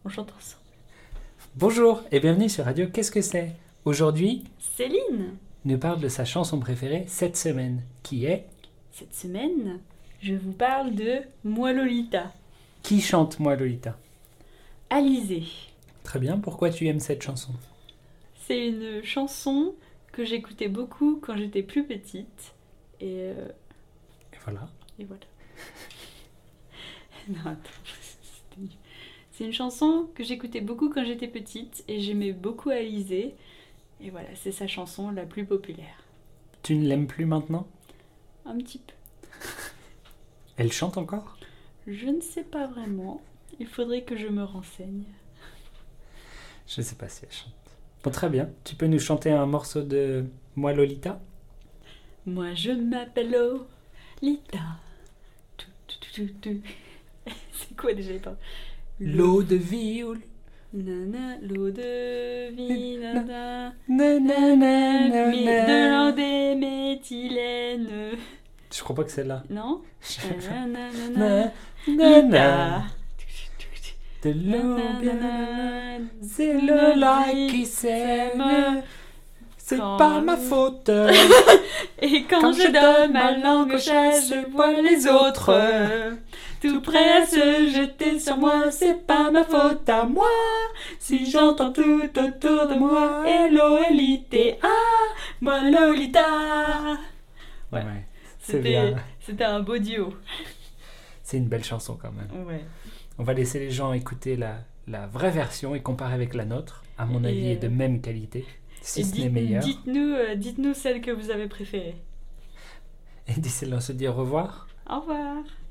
On chante ensemble. Bonjour et bienvenue sur Radio Qu'est-ce que c'est? Aujourd'hui, Céline, nous parle de sa chanson préférée cette semaine, qui est... cette semaine, je vous parle de Moi Lolita. Qui chante Moi Lolita? Alizée. Très bien, pourquoi tu aimes cette chanson? C'est une chanson que j'écoutais beaucoup quand j'étais plus petite. Et Et voilà. voilà. Non, attends. C'est une chanson que j'écoutais beaucoup quand j'étais petite et j'aimais beaucoup Alizée. Et voilà, c'est sa chanson la plus populaire. Tu ne l'aimes plus maintenant? Un petit peu. Elle chante encore? Je ne sais pas vraiment. Il faudrait que je me renseigne. Je ne sais pas si elle chante. Bon, très bien. Tu peux nous chanter un morceau de Moi Lolita? Moi je m'appelle Lolita. C'est quoi déjà les paroles? L'eau de vie ou... Nana, l'eau de vie, nana. Nanana, De l'eau des méthylène. Je crois pas que c'est là. Non? Nanana, Lolita. de l'eau bien... C'est le lac qui s'aime. C'est pas ma faute. Et quand je donne ma langue au chat, je vois les autres tout prêts à se jeter sur moi. C'est pas ma faute à moi si j'entends tout autour de moi L-O-L-I-T-A, moi Lolita. Ouais. C'est bien. C'était un beau duo. C'est une belle chanson quand même. Ouais. On va laisser les gens écouter la vraie version et comparer avec la nôtre. À mon avis, est de même qualité, si ce n'est meilleur. Dites-nous celle que vous avez préférée. Et d'ici là, on se dit au revoir. Au revoir.